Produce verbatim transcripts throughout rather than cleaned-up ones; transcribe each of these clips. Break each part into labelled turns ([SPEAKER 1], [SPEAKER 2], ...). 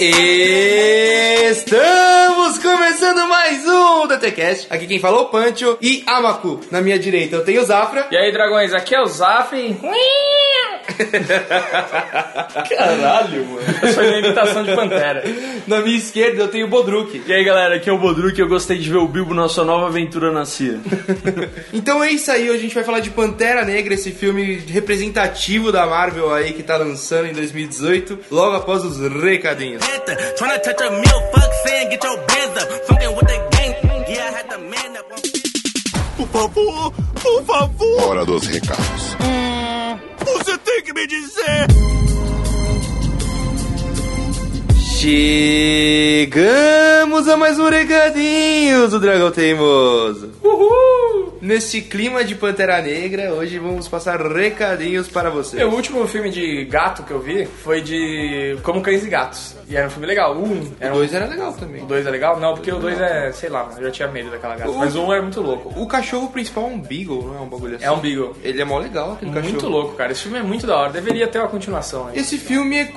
[SPEAKER 1] Estamos começando mais um D T Cast. Aqui quem falou é o Pancho e Amaku. Na minha direita eu tenho o Zafra.
[SPEAKER 2] E aí, dragões, aqui é o Zafre.
[SPEAKER 1] Caralho, mano.
[SPEAKER 2] Essa foi uma imitação de Pantera.
[SPEAKER 1] Na minha esquerda eu tenho o Bodruk.
[SPEAKER 3] E aí, galera, aqui é o Bodruk e eu gostei de ver o Bilbo na sua nova aventura na C I A.
[SPEAKER 1] Então é isso aí, hoje a gente vai falar de Pantera Negra, esse filme representativo da Marvel aí que tá lançando em dois mil e dezoito, logo após os recadinhos.
[SPEAKER 4] Por favor, por favor.
[SPEAKER 5] Hora dos recados.
[SPEAKER 4] Hum, você tem que me dizer.
[SPEAKER 1] Chegamos a mais um recadinhos do Dragão Teimoso. Uhul! Neste clima de Pantera Negra, hoje vamos passar recadinhos para vocês.
[SPEAKER 2] Meu, o último filme de gato que eu vi foi de Como Cães e Gatos. E era um filme legal. O um
[SPEAKER 1] O dois era legal também.
[SPEAKER 2] O dois é legal? Não, porque o dois é, sei lá, eu já tinha medo daquela gata.
[SPEAKER 1] O-
[SPEAKER 2] Mas o um era muito louco.
[SPEAKER 1] O cachorro principal é um Beagle, não é um bagulho assim?
[SPEAKER 2] É um Beagle.
[SPEAKER 1] Ele é mó legal, aquele
[SPEAKER 2] Muito
[SPEAKER 1] cachorro.
[SPEAKER 2] louco, cara. Esse filme é muito da hora. Deveria ter uma continuação aí.
[SPEAKER 1] Esse filme é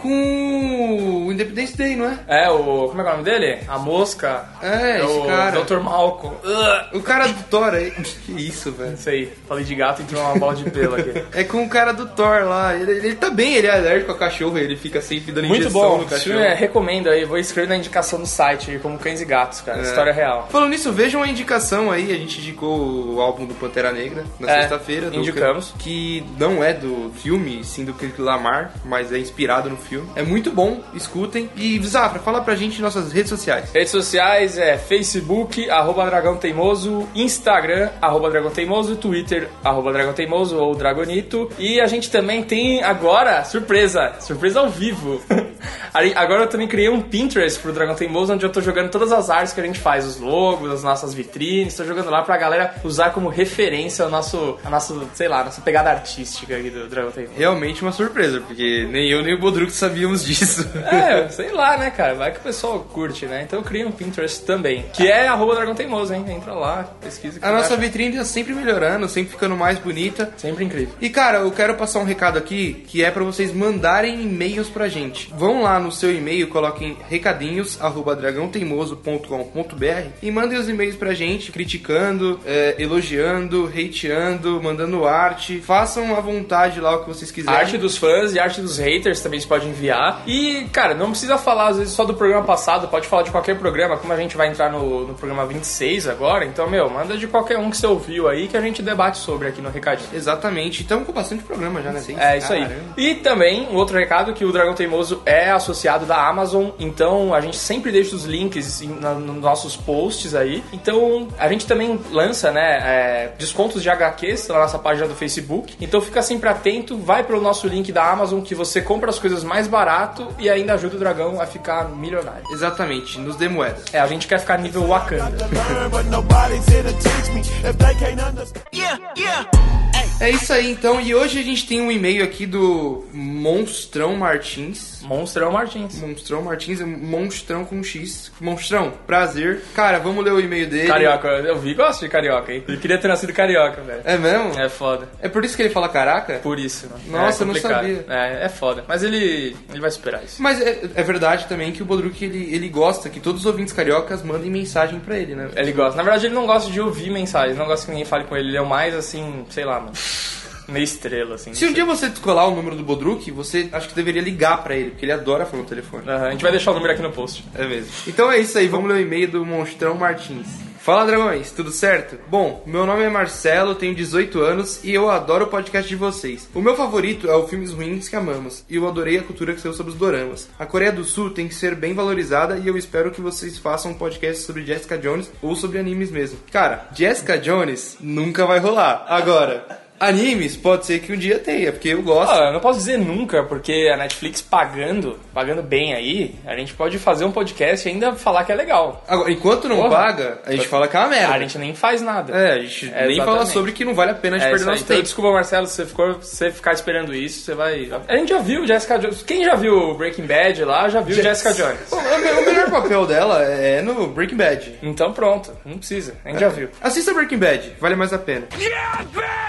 [SPEAKER 1] com o Independence Day, não é?
[SPEAKER 2] É, o... Como é que é o nome dele? A Mosca.
[SPEAKER 1] É, esse
[SPEAKER 2] o
[SPEAKER 1] cara.
[SPEAKER 2] doutor Malcolm. Uh,
[SPEAKER 1] O cara do Thor aí. Que isso, velho.
[SPEAKER 2] Isso aí. Falei de gato e entrou uma bola de pelo aqui.
[SPEAKER 1] É com o cara do Thor lá. Ele, ele tá bem, ele é alérgico ao cachorro, ele fica sempre dando
[SPEAKER 2] Muito
[SPEAKER 1] injeção
[SPEAKER 2] bom.
[SPEAKER 1] no
[SPEAKER 2] Esse
[SPEAKER 1] cachorro.
[SPEAKER 2] filme é, recomendo aí. Vou escrever na indicação do site, Como Cães e Gatos, cara.
[SPEAKER 1] É.
[SPEAKER 2] História real.
[SPEAKER 1] Falando nisso, vejam a indicação aí, a gente indicou o álbum do Pantera Negra na
[SPEAKER 2] É,
[SPEAKER 1] sexta-feira. do-
[SPEAKER 2] indicamos.
[SPEAKER 1] Que não é do filme, sim do Kendrick Lamar, mas é inspirado no filme. É muito bom, escutem. E Zafra, fala pra gente nossas redes sociais.
[SPEAKER 2] Redes sociais é Facebook, arroba Dragão Teimoso, Instagram, arroba Dragão Teimoso, Twitter, arroba Dragão Teimoso ou Dragonito. E a gente também tem agora, surpresa, surpresa ao vivo. Aí, agora eu também criei um Pinterest pro Dragão Teimoso, onde eu tô jogando todas as artes que a gente faz, os logos, as nossas vitrines, tô jogando lá pra galera usar como referência o nosso, a nosso, sei lá, a nossa pegada artística aqui do Dragão Teimoso.
[SPEAKER 1] Realmente uma surpresa, porque nem eu nem o Bodruk sabíamos disso.
[SPEAKER 2] É, sei lá, né, cara? Vai que o pessoal curte, né? Então eu criei um Pinterest também, que é arroba Dragão Teimoso, hein? Entra lá, pesquisa. que
[SPEAKER 1] A
[SPEAKER 2] vai
[SPEAKER 1] nossa
[SPEAKER 2] achar.
[SPEAKER 1] vitrine tá sempre melhorando, sempre ficando mais bonita.
[SPEAKER 2] Sempre incrível.
[SPEAKER 1] E cara, eu quero passar um recado aqui, que é pra vocês mandarem e-mails pra gente. Vão lá no seu e-mail, coloquem recadinhos arroba dragão teimoso ponto com ponto b r e mandem os e-mails pra gente, criticando, é, elogiando, hateando, mandando arte. Façam à vontade lá o que vocês quiserem.
[SPEAKER 2] Arte dos fãs e arte dos haters também se pode enviar. E, cara, não precisa falar às vezes só do programa passado, pode falar de qualquer programa, como a gente vai entrar no, no programa vinte e seis agora. Então, meu, manda de qualquer um que você ouviu aí que a gente debate sobre aqui no recadinho.
[SPEAKER 1] Exatamente. Estamos com bastante programa já, né?
[SPEAKER 2] É isso aí.
[SPEAKER 1] Caramba.
[SPEAKER 2] E também, um outro recado, que o Dragão Teimoso é associado da Amazon, então a gente sempre deixa os links em- na- nos nossos posts aí. Então, a gente também lança, né, é, descontos de H Qs na nossa página do Facebook. Então fica sempre atento, vai pelo nosso link da Amazon que você compra as coisas mais barato e ainda ajuda o Dragão a ficar milionário.
[SPEAKER 1] Exatamente, nos dê moedas.
[SPEAKER 2] É, a gente quer ficar nível Wakanda.
[SPEAKER 4] But nobody's here to teach me if they can't understand. Yeah, yeah.
[SPEAKER 1] É isso aí, então. E hoje a gente tem um e-mail aqui do Monstrão Martins.
[SPEAKER 2] Monstrão Martins.
[SPEAKER 1] Monstrão Martins, é Monstrão com X. Monstrão, prazer. Cara, vamos ler o e-mail dele.
[SPEAKER 2] Carioca, eu vi, gosto de carioca, hein? Eu queria ter nascido carioca, velho.
[SPEAKER 1] É mesmo?
[SPEAKER 2] É foda.
[SPEAKER 1] É por isso que ele fala caraca?
[SPEAKER 2] Por isso, mano.
[SPEAKER 1] Nossa,
[SPEAKER 2] é
[SPEAKER 1] eu não
[SPEAKER 2] complicado.
[SPEAKER 1] sabia.
[SPEAKER 2] É, é foda. Mas ele, ele vai superar isso.
[SPEAKER 1] Mas é, é verdade também que o Bodruk, ele, ele gosta que todos os ouvintes cariocas mandem mensagem pra ele, né?
[SPEAKER 2] Ele gosta. Na verdade, ele não gosta de ouvir mensagens, não gosta que ninguém fale com ele. Ele é o mais, assim, sei lá, mano. Meio estrela, assim.
[SPEAKER 1] Se um dia você descolar o número do Bodruk, você acho que deveria ligar pra ele, porque ele adora falar no telefone.
[SPEAKER 2] Aham, a gente vai deixar o número aqui no post.
[SPEAKER 1] É mesmo. Então é isso aí, vamos ler o e-mail do Monstrão Martins. Fala, dragões, tudo certo? Bom, meu nome é Marcelo, tenho dezoito anos e eu adoro o podcast de vocês. O meu favorito é o Filmes Ruins que Amamos e eu adorei a cultura que saiu sobre os doramas. A Coreia do Sul tem que ser bem valorizada e eu espero que vocês façam um podcast sobre Jessica Jones ou sobre animes mesmo. Cara, Jessica Jones nunca vai rolar. Agora... animes, pode ser que um dia tenha, porque eu gosto.
[SPEAKER 2] Ah, eu não posso dizer nunca, porque a Netflix pagando, pagando bem aí, a gente pode fazer um podcast e ainda falar que é legal.
[SPEAKER 1] Agora, enquanto não
[SPEAKER 2] Porra.
[SPEAKER 1] paga, a gente fala que é uma merda.
[SPEAKER 2] A gente nem faz nada.
[SPEAKER 1] É, a gente
[SPEAKER 2] É,
[SPEAKER 1] nem fala
[SPEAKER 2] exatamente.
[SPEAKER 1] sobre que não vale a pena a gente
[SPEAKER 2] É
[SPEAKER 1] perder
[SPEAKER 2] isso aí.
[SPEAKER 1] nosso
[SPEAKER 2] Então,
[SPEAKER 1] tempo.
[SPEAKER 2] desculpa, Marcelo, se você, ficou, se você ficar esperando isso, você vai... A gente já viu Jessica Jones. Quem já viu Breaking Bad lá, já viu Jessica Jones.
[SPEAKER 1] O, o melhor papel dela é no Breaking Bad.
[SPEAKER 2] Então pronto, não precisa, a gente já viu.
[SPEAKER 1] Assista Breaking Bad, vale mais a pena.
[SPEAKER 4] Yeah, bitch!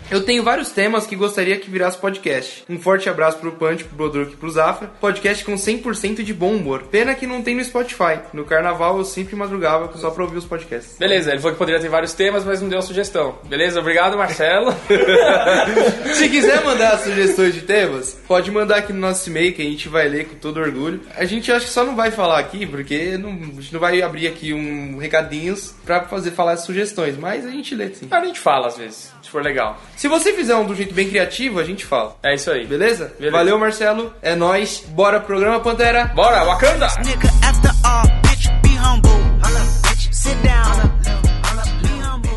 [SPEAKER 1] Eu tenho vários temas que gostaria que virasse podcast. Um forte abraço pro Punch, pro Bodruk e pro Zafra. Podcast com cem por cento de bom humor. Pena que não tem no Spotify. No carnaval eu sempre madrugava só pra ouvir os podcasts.
[SPEAKER 2] Beleza, ele falou que poderia ter vários temas, mas não deu uma sugestão. Beleza? Obrigado, Marcelo.
[SPEAKER 1] Se quiser mandar sugestões de temas, pode mandar aqui no nosso e-mail que a gente vai ler com todo orgulho. A gente acha que só não vai falar aqui, porque não, a gente não vai abrir aqui um recadinhos pra fazer falar as sugestões, mas a gente lê sim.
[SPEAKER 2] A gente fala às vezes, se for legal.
[SPEAKER 1] Se você fizer um do jeito bem criativo, a gente fala.
[SPEAKER 2] É isso aí.
[SPEAKER 1] Beleza?
[SPEAKER 2] Beleza.
[SPEAKER 1] Valeu, Marcelo. É nóis. Bora, programa Pantera.
[SPEAKER 2] Bora, Wakanda!
[SPEAKER 5] Nigga, after all, bitch, be humble. Holla, bitch, sit down. Be humble.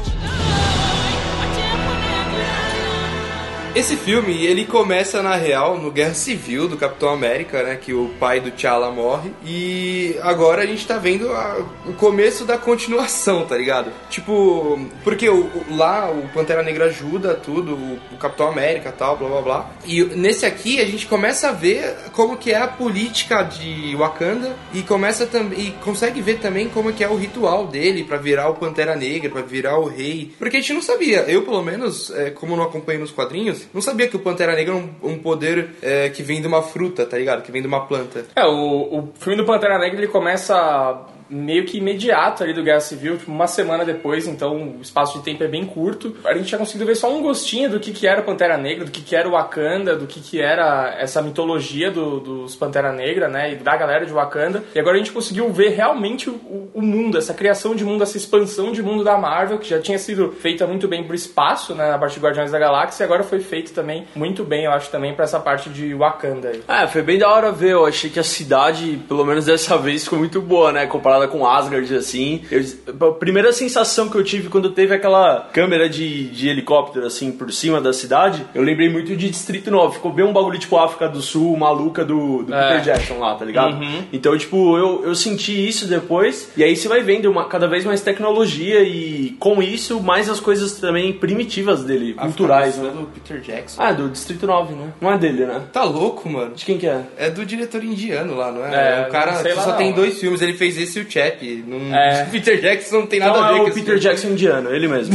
[SPEAKER 1] Esse filme, ele começa na real no Guerra Civil do Capitão América, né, que o pai do T'Challa morre, e agora a gente tá vendo a, o começo da continuação, tá ligado? Tipo, porque o, o, lá o Pantera Negra ajuda tudo, o, o Capitão América e tal, blá blá blá, e nesse aqui a gente começa a ver como que é a política de Wakanda e começa também e consegue ver também como que é o ritual dele pra virar o Pantera Negra, pra virar o rei, porque a gente não sabia, eu pelo menos, é, como não acompanho nos quadrinhos, não sabia que o Pantera Negra é um, um poder é, que vem de uma fruta, tá ligado? Que vem de uma planta.
[SPEAKER 2] É, o, o filme do Pantera Negra, ele começa meio que imediato ali do Guerra Civil, tipo, uma semana depois, então o espaço de tempo é bem curto. A gente tinha conseguido ver só um gostinho do que, que era o Pantera Negra, do que, que era o Wakanda, do que, que era essa mitologia do, dos Pantera Negra, né, e da galera de Wakanda. E agora a gente conseguiu ver realmente o, o mundo, essa criação de mundo, essa expansão de mundo da Marvel, que já tinha sido feita muito bem pro espaço, né, na parte de Guardiões da Galáxia, e agora foi feito também muito bem, eu acho, também pra essa parte de Wakanda aí.
[SPEAKER 3] É, foi bem da hora ver, eu achei que a cidade, pelo menos dessa vez, ficou muito boa, né, comparada com Asgard, assim. Eu, a primeira sensação que eu tive quando teve aquela câmera de, de helicóptero, assim, por cima da cidade, eu lembrei muito de Distrito nove. Ficou bem um bagulho tipo África do Sul, maluca do, do
[SPEAKER 2] É.
[SPEAKER 3] Peter Jackson lá, tá ligado?
[SPEAKER 2] Uhum.
[SPEAKER 3] Então, tipo, eu, eu senti isso depois, e aí você vai vendo uma, cada vez mais tecnologia e, com isso, mais as coisas também primitivas dele, culturais, né?
[SPEAKER 1] Do Peter Jackson.
[SPEAKER 3] Ah, do Distrito nove, né? Não é dele, né?
[SPEAKER 1] Tá louco, mano?
[SPEAKER 3] De quem que é?
[SPEAKER 1] É do diretor indiano lá, não é?
[SPEAKER 2] É,
[SPEAKER 1] o cara
[SPEAKER 2] não sei lá
[SPEAKER 1] só
[SPEAKER 2] não.
[SPEAKER 1] tem dois filmes, ele fez esse e o Chap. Não...
[SPEAKER 2] É.
[SPEAKER 1] Peter Jackson não tem nada
[SPEAKER 3] Então
[SPEAKER 1] a ver
[SPEAKER 3] é
[SPEAKER 1] com
[SPEAKER 3] o
[SPEAKER 1] esse
[SPEAKER 3] Peter
[SPEAKER 1] filme.
[SPEAKER 3] Jackson indiano, ele mesmo.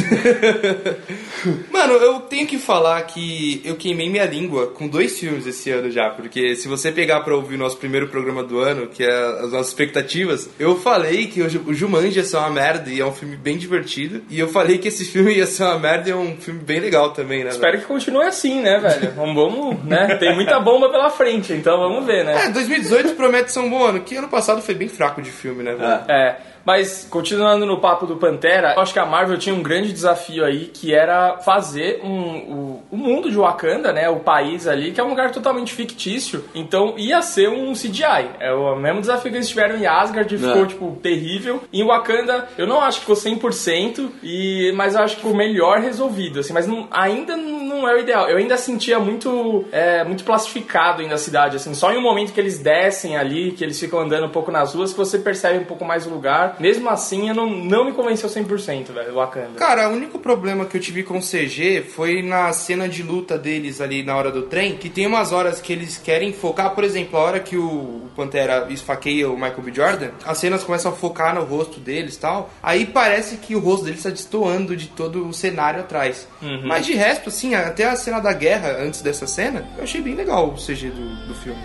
[SPEAKER 1] Mano, eu tenho que falar que eu queimei minha língua com dois filmes esse ano já, porque se você pegar pra ouvir o nosso primeiro programa do ano, que é as nossas expectativas, eu falei que o Ju- o Jumanji ia ser uma merda e é um filme bem divertido, e eu falei que esse filme ia ser uma merda e é um filme bem legal também, né?
[SPEAKER 2] Espero que continue assim, né, velho? Vamos, vamos, né? Tem muita bomba pela frente, então vamos ver, né?
[SPEAKER 1] É, dois mil e dezoito promete ser um bom ano, que ano passado foi bem fraco de filme, né, velho?
[SPEAKER 2] É, mas continuando no papo do Pantera, eu acho que a Marvel tinha um grande desafio aí, que era fazer um, o, o mundo de Wakanda, né, o país ali, que é um lugar totalmente fictício, então ia ser um C G I. É o mesmo desafio que eles tiveram em Asgard, ficou,
[SPEAKER 3] É.
[SPEAKER 2] tipo, terrível. Em Wakanda, eu não acho que ficou cem por cento, e, mas eu acho que ficou melhor resolvido, assim, mas não, ainda não é o ideal. Eu ainda sentia muito, é, muito plastificado ainda a cidade, assim, só em um momento que eles descem ali, que eles ficam andando um pouco nas ruas, que você percebe um pouco mais o lugar. Mesmo assim, eu não, não me convenceu cem por cento, velho, o Wakanda.
[SPEAKER 1] Cara, o único problema que eu tive com o C G foi na cena de luta deles ali na hora do trem, que tem umas horas que eles querem focar, por exemplo, a hora que o Pantera esfaqueia o Michael B. Jordan, as cenas começam a focar no rosto deles e tal, aí parece que o rosto deles está destoando de todo o cenário atrás.
[SPEAKER 2] Uhum.
[SPEAKER 1] Mas de resto, assim, até a cena da guerra, antes dessa cena, eu achei bem legal o C G do, do filme.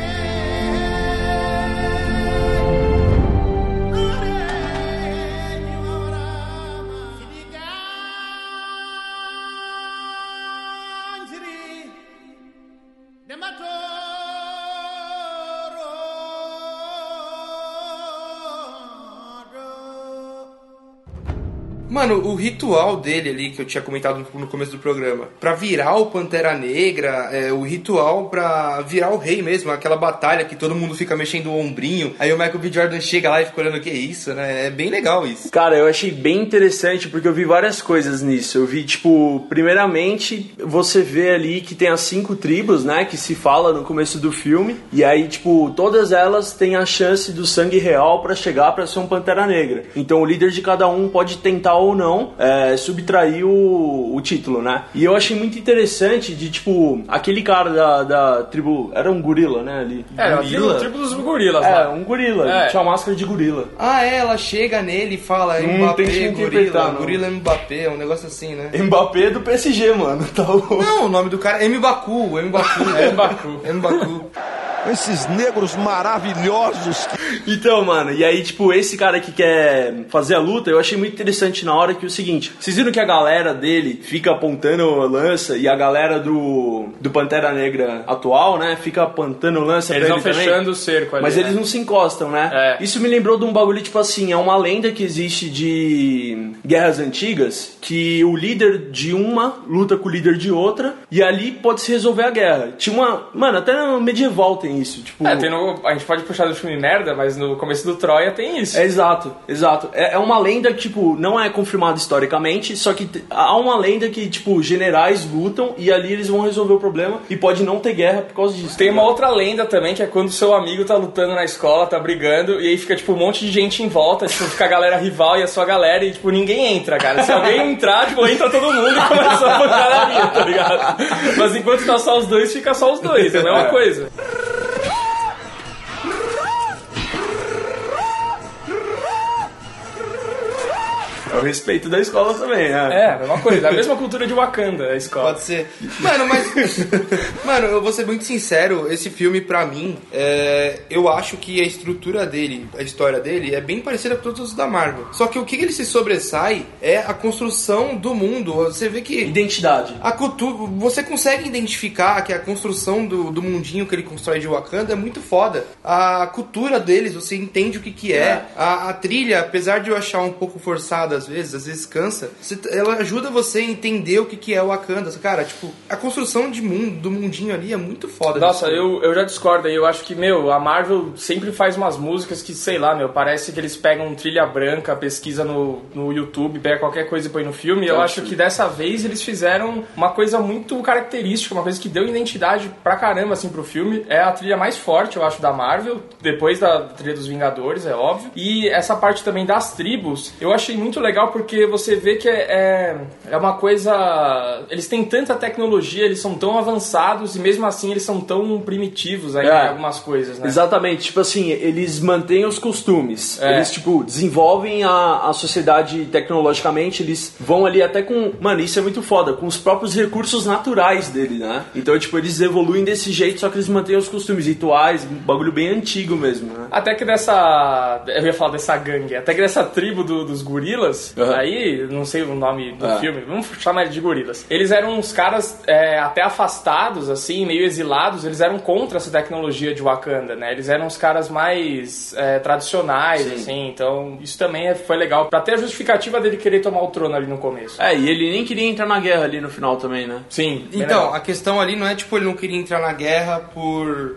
[SPEAKER 1] Mano, o ritual dele ali, que eu tinha comentado no começo do programa, pra virar o Pantera Negra, é, o ritual pra virar o rei mesmo, aquela batalha que todo mundo fica mexendo o ombrinho, aí o Michael B. Jordan chega lá e fica olhando o que é isso, né? É bem legal isso.
[SPEAKER 3] Cara, eu achei bem interessante porque eu vi várias coisas nisso. Eu vi, tipo, primeiramente, você vê ali que tem as cinco tribos, né, que se fala no começo do filme, e aí, tipo, todas elas têm a chance do sangue real pra chegar pra ser um Pantera Negra. Então o líder de cada um pode tentar tentar ou não é, subtrair o, o título, né? E eu achei muito interessante de, tipo, aquele cara da, da tribo... Era um gorila, né, ali?
[SPEAKER 2] É, era a tribo, tribo dos gorilas
[SPEAKER 3] É,
[SPEAKER 2] lá.
[SPEAKER 3] um gorila.
[SPEAKER 2] É.
[SPEAKER 3] Tinha uma máscara de gorila.
[SPEAKER 1] Ah, é, ela chega nele e fala
[SPEAKER 3] Não
[SPEAKER 1] Mbappé,
[SPEAKER 3] tem que interpretar,
[SPEAKER 1] gorila,
[SPEAKER 3] não.
[SPEAKER 1] gorila Mbappé, um negócio assim, né?
[SPEAKER 3] Mbappé do P S G, mano. Tá o...
[SPEAKER 1] Não, o nome do cara é Mbaku, Mbaku.
[SPEAKER 2] É Mbaku.
[SPEAKER 1] Mbaku.
[SPEAKER 4] Esses negros maravilhosos.
[SPEAKER 3] Então, mano, e aí, tipo, esse cara que quer fazer a luta, eu achei muito interessante na hora que é o seguinte, vocês viram que a galera dele fica apontando lança e a galera do, do Pantera Negra atual, né, fica apontando lança
[SPEAKER 2] Eles
[SPEAKER 3] pra
[SPEAKER 2] vão
[SPEAKER 3] ele
[SPEAKER 2] fechando
[SPEAKER 3] também,
[SPEAKER 2] o cerco ali.
[SPEAKER 3] mas
[SPEAKER 2] né?
[SPEAKER 3] eles não se encostam, né?
[SPEAKER 2] É.
[SPEAKER 3] Isso me lembrou de um bagulho, tipo assim, é uma lenda que existe de guerras antigas, que o líder de uma luta com o líder de outra, e ali pode se resolver a guerra. Tinha uma... Mano, até no medieval tem isso, tipo...
[SPEAKER 2] É, tem no, a gente pode puxar do filme merda, mas no começo do Troia tem isso.
[SPEAKER 3] É, exato, exato. É, é uma lenda que, tipo, não é confirmada historicamente, só que t- há uma lenda que, tipo, generais lutam e ali eles vão resolver o problema e pode não ter guerra por causa disso.
[SPEAKER 2] Tem
[SPEAKER 3] tá
[SPEAKER 2] uma
[SPEAKER 3] ligado?
[SPEAKER 2] outra lenda também, que é quando o seu amigo tá lutando na escola, tá brigando, e aí fica, tipo, um monte de gente em volta, tipo, fica a galera rival e a sua galera, e, tipo, ninguém entra, cara. Se alguém entrar, tipo, entra todo mundo e começa a pancadaria, tá ligado? Mas enquanto tá só os dois, fica só os dois, é a mesma coisa.
[SPEAKER 3] É o respeito da escola também, né?
[SPEAKER 2] É, a mesma coisa, a mesma cultura de Wakanda, a escola.
[SPEAKER 1] Pode ser. Mano, mas. Mano, eu vou ser muito sincero, esse filme, pra mim, é, eu acho que a estrutura dele, a história dele, é bem parecida com todos os da Marvel. Só que o que ele se sobressai é a construção do mundo. Você vê que.
[SPEAKER 3] Identidade.
[SPEAKER 1] A cultura, você consegue identificar que a construção do, do mundinho que ele constrói de Wakanda é muito foda. A cultura deles, você entende o que que é.
[SPEAKER 3] É.
[SPEAKER 1] A, a trilha, apesar de eu achar um pouco forçada às vezes, às vezes cansa, você- ela ajuda você a entender o que que é o Wakanda. Cara, tipo, a construção de mundo, do mundinho ali é muito foda.
[SPEAKER 2] Nossa,
[SPEAKER 1] desse filme.
[SPEAKER 2] eu, eu já discordo aí. Eu acho que, meu, a Marvel sempre faz umas músicas que, sei lá, meu, parece que eles pegam trilha branca, pesquisa no, no YouTube, pega qualquer coisa e põe no filme. E eu acho que dessa vez eles fizeram uma coisa muito característica, uma coisa que deu identidade pra caramba, assim, pro filme. É a trilha mais forte, eu acho, da Marvel, depois da trilha dos Vingadores, é óbvio. E essa parte também das tribos, eu achei muito legal porque você vê que é, é, é uma coisa... Eles têm tanta tecnologia, eles são tão avançados e mesmo assim eles são tão primitivos aí
[SPEAKER 3] É.
[SPEAKER 2] em algumas coisas, né?
[SPEAKER 3] Exatamente, tipo assim, eles mantêm os costumes,
[SPEAKER 2] É.
[SPEAKER 3] eles, tipo, desenvolvem a, a sociedade tecnologicamente, eles vão ali até com, mano, isso é muito foda, com os próprios recursos naturais dele, né? Então, tipo, eles evoluem desse jeito, só que eles mantêm os costumes rituais, um bagulho bem antigo mesmo, né?
[SPEAKER 2] Até que dessa... Eu ia falar dessa gangue. Até que dessa tribo do- dos gorilas,
[SPEAKER 3] Uhum.
[SPEAKER 2] aí, não sei o nome do
[SPEAKER 3] É.
[SPEAKER 2] filme, vamos chamar ele de gorilas. Eles eram uns caras é, até afastados, assim, meio exilados, eles eram contra essa tecnologia de Wakanda, né? Eles eram os caras mais é, tradicionais,
[SPEAKER 3] Sim.
[SPEAKER 2] assim, então isso também é- foi legal. Pra ter a justificativa dele querer tomar o trono ali no começo.
[SPEAKER 3] É, e ele nem queria entrar na guerra ali no final também, né?
[SPEAKER 2] Sim. bem
[SPEAKER 1] Então,
[SPEAKER 2] legal.
[SPEAKER 1] a questão ali não é tipo ele não queria entrar na guerra por.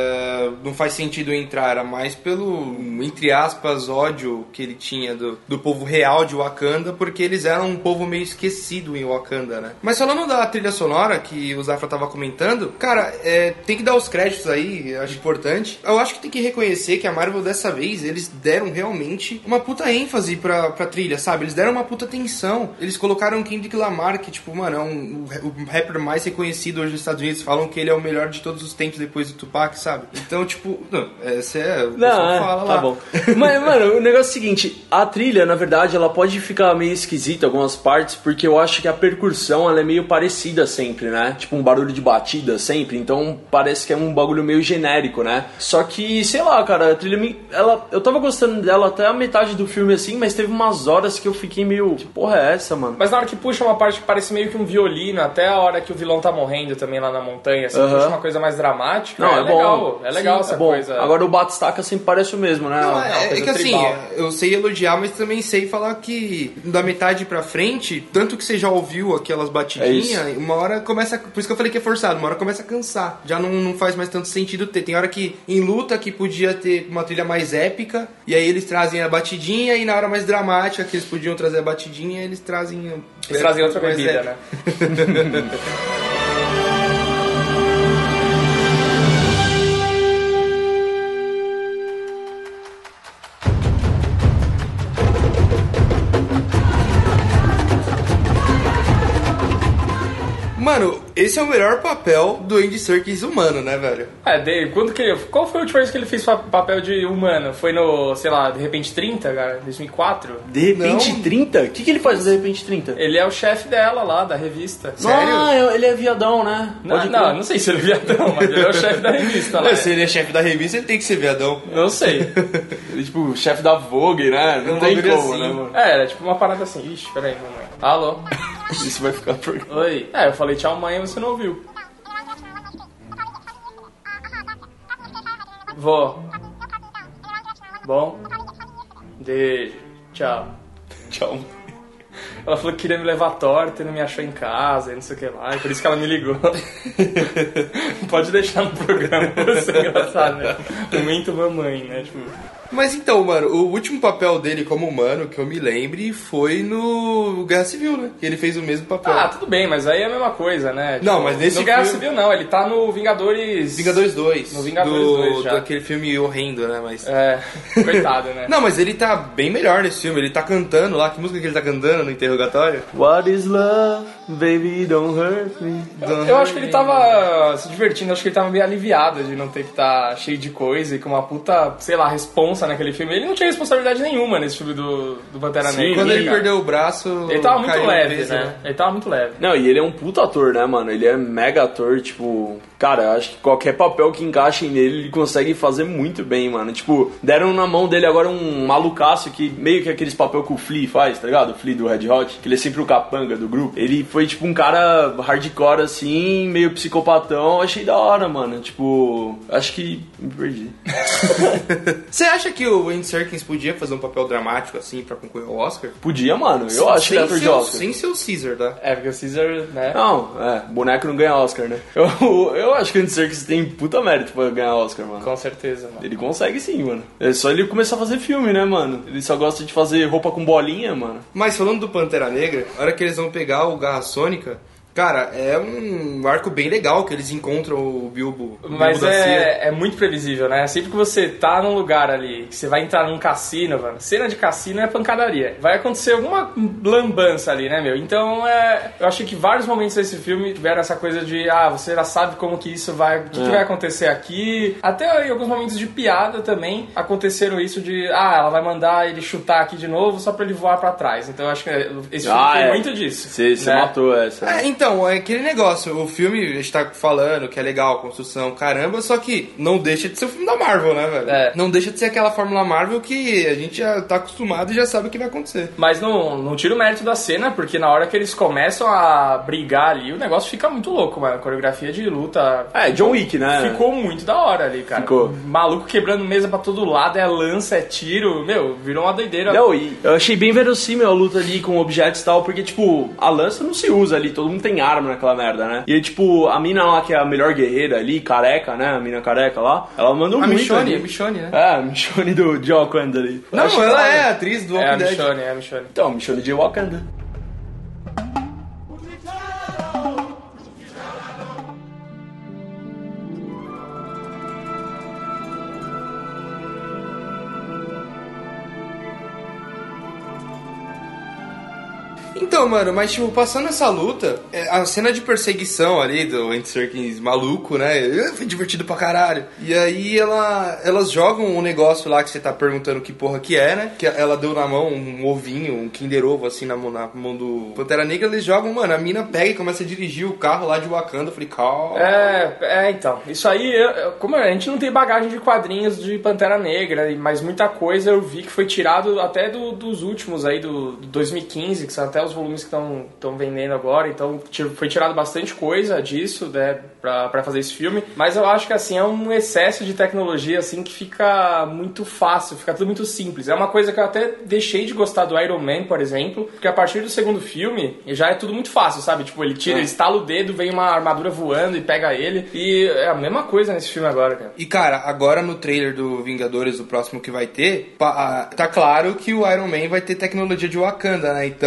[SPEAKER 1] é, não faz sentido entrar, era mais pelo, entre aspas, ódio que ele tinha do, do povo real de Wakanda, porque eles eram um povo meio esquecido em Wakanda, né? Mas falando da trilha sonora que o Zafra tava comentando, cara, é, tem que dar os créditos aí, eu acho importante. Eu acho que tem que reconhecer que a Marvel dessa vez, eles deram realmente uma puta ênfase pra, pra trilha, sabe? Eles deram uma puta atenção. Eles colocaram Kendrick Lamar, que, tipo, mano, é um, o rapper mais reconhecido hoje nos Estados Unidos. Falam que ele é o melhor de todos os tempos depois do Tupac, sabe? Então, tipo, não, essa é. O pessoal
[SPEAKER 3] Não, é,
[SPEAKER 1] fala
[SPEAKER 3] tá
[SPEAKER 1] lá.
[SPEAKER 3] bom. Mas, mano, o negócio é o seguinte, a trilha, na verdade, ela pode ficar meio esquisita em algumas partes, porque eu acho que a percussão, ela é meio parecida sempre, né? Tipo, um barulho de batida sempre, então parece que é um bagulho meio genérico, né? Só que, sei lá, cara, a trilha, me, ela, eu tava gostando dela até a metade do filme, assim, mas teve umas horas que eu fiquei meio, que porra é essa, mano?
[SPEAKER 2] Mas na hora que puxa uma parte que parece meio que um violino, até a hora que o vilão tá morrendo também lá na montanha, assim,
[SPEAKER 3] Aham.
[SPEAKER 2] puxa uma coisa mais dramática,
[SPEAKER 3] Não,
[SPEAKER 2] é,
[SPEAKER 3] é, bom.
[SPEAKER 2] legal, é legal
[SPEAKER 3] Sim,
[SPEAKER 2] essa
[SPEAKER 3] é bom.
[SPEAKER 2] coisa.
[SPEAKER 3] Agora o Batistaca sempre parece o mesmo, né?
[SPEAKER 1] Não,
[SPEAKER 2] não,
[SPEAKER 1] é, é
[SPEAKER 2] coisa
[SPEAKER 1] que assim,
[SPEAKER 2] tribal.
[SPEAKER 1] eu sei elogiar, mas também sei falar que da metade pra frente, tanto que você já ouviu aquelas
[SPEAKER 3] É
[SPEAKER 1] batidinhas, uma hora começa. Por isso que eu falei que é forçado, uma hora começa a cansar. Já não, não faz mais tanto sentido ter. Tem hora que em luta que podia ter uma trilha mais épica, e aí eles trazem a batidinha, e na hora mais dramática que eles podiam trazer a batidinha, eles trazem.
[SPEAKER 2] Eles trazem outra
[SPEAKER 1] mais
[SPEAKER 2] bebida,
[SPEAKER 1] épica.
[SPEAKER 2] né?
[SPEAKER 1] Mano, esse é o melhor papel do Andy Serkis humano, né, velho?
[SPEAKER 2] É, de, quando que ele, qual foi a última vez que ele fez pa- papel de humano? Foi no, sei lá, De Repente trinta, cara? dois mil e quatro?
[SPEAKER 3] De repente
[SPEAKER 1] Não.
[SPEAKER 3] trinta? O que, que ele faz no De repente trinta?
[SPEAKER 2] Ele é o chefe dela lá, da revista.
[SPEAKER 1] Sério?
[SPEAKER 3] Ah, ele é viadão, né?
[SPEAKER 2] Não,
[SPEAKER 3] Pode
[SPEAKER 2] não,
[SPEAKER 3] crer.
[SPEAKER 2] não sei se ele é viadão, mas ele é o chefe da revista lá.
[SPEAKER 1] Se ele é chefe da revista, ele tem que ser viadão.
[SPEAKER 2] Não sei.
[SPEAKER 3] Ele é tipo chefe da Vogue, né? Não
[SPEAKER 1] Um
[SPEAKER 3] tem
[SPEAKER 1] bagulho
[SPEAKER 3] como,
[SPEAKER 1] assim.
[SPEAKER 3] né, mano?
[SPEAKER 2] É, era tipo uma parada assim. Ixi, peraí, mamãe. Alô?
[SPEAKER 3] Isso vai ficar por...
[SPEAKER 2] Oi. É, eu falei tchau, mãe, e você não ouviu. Vó. Bom. Beijo. Tchau.
[SPEAKER 3] Tchau.
[SPEAKER 2] Ela falou que queria me levar torta e não me achou em casa e não sei o que lá. E por isso que ela me ligou. Pode deixar no programa, isso é engraçado, né? Momento mamãe, né? Tipo...
[SPEAKER 1] Mas então, mano, o último papel dele como humano, que eu me lembre, foi no Guerra Civil, né? Que ele fez o mesmo papel.
[SPEAKER 2] Ah, tudo bem, mas aí é a mesma coisa, né? Tipo,
[SPEAKER 1] Não, mas nesse
[SPEAKER 2] no Guerra
[SPEAKER 1] filme-
[SPEAKER 2] Civil não, ele tá no Vingadores...
[SPEAKER 1] Vingadores dois.
[SPEAKER 2] No Vingadores
[SPEAKER 1] do,
[SPEAKER 2] dois já.
[SPEAKER 1] Daquele filme horrendo, né? Mas...
[SPEAKER 2] É, coitado, né?
[SPEAKER 1] Não, mas ele tá bem melhor nesse filme. Ele tá cantando lá. Que música que ele tá cantando no interrogatório?
[SPEAKER 3] What is love? Baby, don't hurt me.
[SPEAKER 2] Eu, eu acho que ele tava se divertindo, acho que ele tava meio aliviado de não ter que estar cheio de coisa e com uma puta, sei lá, responsa naquele filme. Ele não tinha responsabilidade nenhuma nesse filme do, do Pantera
[SPEAKER 3] Sim,
[SPEAKER 2] Negra.
[SPEAKER 1] Quando ele
[SPEAKER 2] cara.
[SPEAKER 1] perdeu o braço...
[SPEAKER 2] Ele tava muito
[SPEAKER 1] caiu
[SPEAKER 2] leve,
[SPEAKER 1] preso,
[SPEAKER 2] né? Ele tava muito leve.
[SPEAKER 3] Não, e ele é um puta ator, né, mano? Ele é mega ator, tipo... Cara, eu acho que qualquer papel que encaixe nele, ele consegue fazer muito bem, mano. Tipo, deram na mão dele agora um malucaço que meio que aqueles papel que o Flea faz, tá ligado? O Flea do Red Hot, que ele é sempre o capanga do grupo. Ele foi, tipo, um cara hardcore, assim, meio psicopatão. Eu achei da hora, mano. Tipo, acho que me perdi.
[SPEAKER 1] Você acha que o Andy Serkis podia fazer um papel dramático, assim, pra concorrer ao Oscar?
[SPEAKER 3] Podia, mano. Eu acho que ele é ator
[SPEAKER 1] sem
[SPEAKER 3] de
[SPEAKER 1] ser o-
[SPEAKER 3] Oscar.
[SPEAKER 1] Sem ser o Caesar, tá?
[SPEAKER 2] É, porque o Caesar, né?
[SPEAKER 3] Não, é, boneco não ganha Oscar, né? Eu, eu acho que o Andy Serkis tem puta mérito pra ganhar Oscar, mano.
[SPEAKER 2] Com certeza, mano.
[SPEAKER 3] Ele consegue sim, mano. É só ele começar a fazer filme, né, mano? Ele só gosta de fazer roupa com bolinha, mano.
[SPEAKER 1] Mas falando do Pantera Negra, a hora que eles vão pegar o Garra Sônica, cara, é um arco bem legal que eles encontram o Bilbo. o
[SPEAKER 2] Mas
[SPEAKER 1] Bilbo da Cia.
[SPEAKER 2] é, é muito previsível, né? Sempre que você tá num lugar ali, que você vai entrar num cassino, mano, cena de cassino é pancadaria. Vai acontecer alguma lambança ali, né, meu? Então, é, eu achei que vários momentos desse filme tiveram essa coisa de, ah, você já sabe como que isso vai, o que,
[SPEAKER 3] É.
[SPEAKER 2] que vai acontecer aqui. Até em alguns momentos de piada também aconteceram isso de, ah, ela vai mandar ele chutar aqui de novo só pra ele voar pra trás. Então, eu acho que esse filme
[SPEAKER 3] Ah,
[SPEAKER 2] tem
[SPEAKER 3] é.
[SPEAKER 2] muito disso.
[SPEAKER 3] Você você
[SPEAKER 2] né?
[SPEAKER 3] matou essa.
[SPEAKER 1] É, então, é aquele negócio, o filme, a gente tá falando que é legal, construção, caramba, só que não deixa de ser o filme da Marvel, né, velho?
[SPEAKER 2] É.
[SPEAKER 1] Não deixa de ser aquela fórmula Marvel que a gente já tá acostumado e já sabe o que vai acontecer.
[SPEAKER 2] Mas não, não tira o mérito da cena, porque na hora que eles começam a brigar ali, o negócio fica muito louco, mano. A coreografia de luta
[SPEAKER 3] É, John Wick, né?
[SPEAKER 2] ficou muito da hora ali, cara.
[SPEAKER 3] Ficou.
[SPEAKER 2] Maluco quebrando mesa pra todo lado, é lança, é tiro. Meu, virou uma doideira.
[SPEAKER 3] Não, e eu achei bem verossímil a luta ali com objetos e tal, porque, tipo, a lança não se usa ali, todo mundo tem arma naquela merda, né? E, tipo, a mina lá, que é a melhor guerreira ali, careca, né? A mina careca lá, ela mandou
[SPEAKER 1] A
[SPEAKER 3] muito
[SPEAKER 1] Michonne, a
[SPEAKER 3] ali.
[SPEAKER 1] Michonne, né?
[SPEAKER 3] É, a Michonne do, de Wakanda ali. Eu
[SPEAKER 1] Não,
[SPEAKER 3] acho
[SPEAKER 1] ela
[SPEAKER 3] da hora.
[SPEAKER 1] é a atriz do
[SPEAKER 2] É a
[SPEAKER 1] Walking Dead.
[SPEAKER 2] Michonne, é a Michonne.
[SPEAKER 3] Então, Michonne de Wakanda.
[SPEAKER 1] Então, mano, mas tipo, passando essa luta, é, a cena de perseguição ali do Andy Serkis maluco, né? Foi divertido pra caralho. E aí ela, elas jogam um negócio lá que você tá perguntando que porra que é, né? Que ela deu na mão um ovinho, um Kinder Ovo, assim, na mão, na mão do Pantera Negra. Eles jogam, mano, a mina pega e começa a dirigir o carro lá de Wakanda. Eu falei, calma.
[SPEAKER 2] É, é, então. Isso aí, eu- eu- como a gente não tem bagagem de quadrinhos de Pantera Negra, mas muita coisa eu vi que foi tirado até do- dos últimos aí, do, do dois mil e quinze, que são até os volumes que estão vendendo agora. Então ti- foi tirado bastante coisa disso, né, pra, pra fazer esse filme. Mas eu acho que, assim, é um excesso de tecnologia, assim, que fica muito fácil, fica tudo muito simples. É uma coisa que eu até deixei de gostar do Iron Man, por exemplo, porque a partir do segundo filme já é tudo muito fácil, sabe? Tipo, ele tira, ele estala o dedo, vem uma armadura voando e pega ele. E é a mesma coisa nesse filme agora, cara.
[SPEAKER 1] E cara, agora no trailer do Vingadores, o próximo que vai ter, pa- ah, tá claro que o Iron Man vai ter tecnologia de Wakanda, né? Então
[SPEAKER 2] Aham.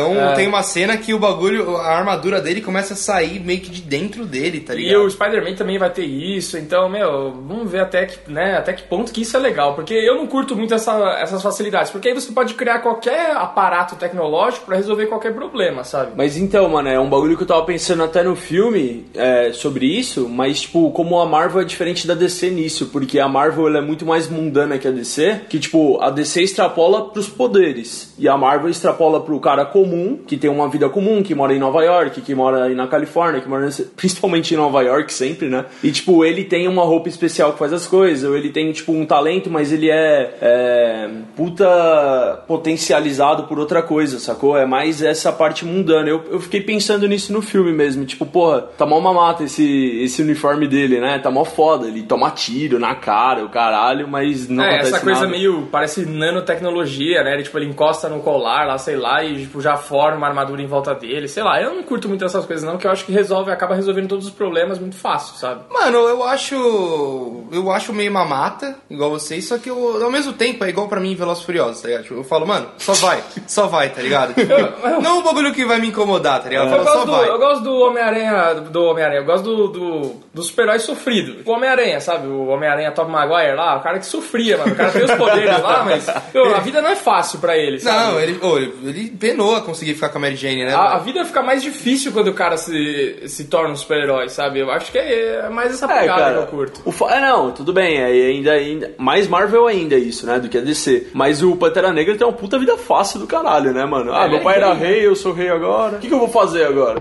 [SPEAKER 1] tem uma cena que o bagulho, a armadura dele começa a sair meio que de dentro dele, tá ligado?
[SPEAKER 2] E o Spider-Man também vai ter isso, então, meu, vamos ver até que, né, até que ponto que isso é legal, porque eu não curto muito essa, essas facilidades, porque aí você pode criar qualquer aparato tecnológico pra resolver qualquer problema, sabe?
[SPEAKER 3] Mas então, mano, é um bagulho que eu tava pensando até no filme é, sobre isso, mas, tipo, como a Marvel é diferente da D C nisso, porque a Marvel ela é muito mais mundana que a D C, que, tipo, a D C extrapola pros poderes, e a Marvel extrapola pro cara comum, que tem uma vida comum, que mora em Nova York, que mora aí na Califórnia, que mora principalmente em Nova York sempre, né? E, tipo, ele tem uma roupa especial que faz as coisas, ou ele tem, tipo, um talento, mas ele é, é puta potencializado por outra coisa, sacou? É mais essa parte mundana. Eu, eu fiquei pensando nisso no filme mesmo, tipo, porra, tá mó mamata esse, esse uniforme dele, né? Tá mó foda, ele toma tiro na cara, o caralho, mas não
[SPEAKER 2] é,
[SPEAKER 3] acontece
[SPEAKER 2] essa coisa
[SPEAKER 3] nada.
[SPEAKER 2] meio, parece nanotecnologia, né? Ele, tipo, ele encosta no colar lá, sei lá, e, tipo, já forma uma armadura em volta dele, sei lá. Eu não curto muito essas coisas não, que eu acho que resolve, acaba resolvendo todos os problemas muito fácil, sabe?
[SPEAKER 1] Mano, eu acho. Eu acho meio mamata, igual vocês, só que eu, ao mesmo tempo é igual pra mim em Velozes e Furiosos, tá ligado? Tipo, eu falo, mano, só vai, só vai, tá ligado? Tipo, não um bagulho que vai me incomodar, tá ligado? Eu,
[SPEAKER 2] eu,
[SPEAKER 1] falo,
[SPEAKER 2] gosto
[SPEAKER 1] só vai.
[SPEAKER 2] do, eu gosto do Homem-Aranha, do Homem-Aranha, eu gosto do, do, do super-herói sofrido. O Homem-Aranha, sabe? O Homem-Aranha Tobey Maguire lá, o cara que sofria, mano. O cara tem os poderes lá, mas eu, a vida não é fácil pra ele, sabe?
[SPEAKER 1] Não, ele, oh, ele penou a conseguir ficar com a Mary Jane, né?
[SPEAKER 2] A, a vida fica mais difícil quando o cara se, se torna um super-herói, sabe? Eu acho que é mais essa pegada
[SPEAKER 3] É, cara,
[SPEAKER 2] que eu curto.
[SPEAKER 3] O fa... É, não, tudo bem, é ainda, ainda mais Marvel ainda isso, né, do que a D C. Mas o Pantera Negra tem uma puta vida fácil do caralho, né, mano? Ah,
[SPEAKER 2] É,
[SPEAKER 3] meu pai
[SPEAKER 2] é
[SPEAKER 3] era
[SPEAKER 2] rei.
[SPEAKER 3] rei, eu sou rei agora. O que, que eu vou fazer agora?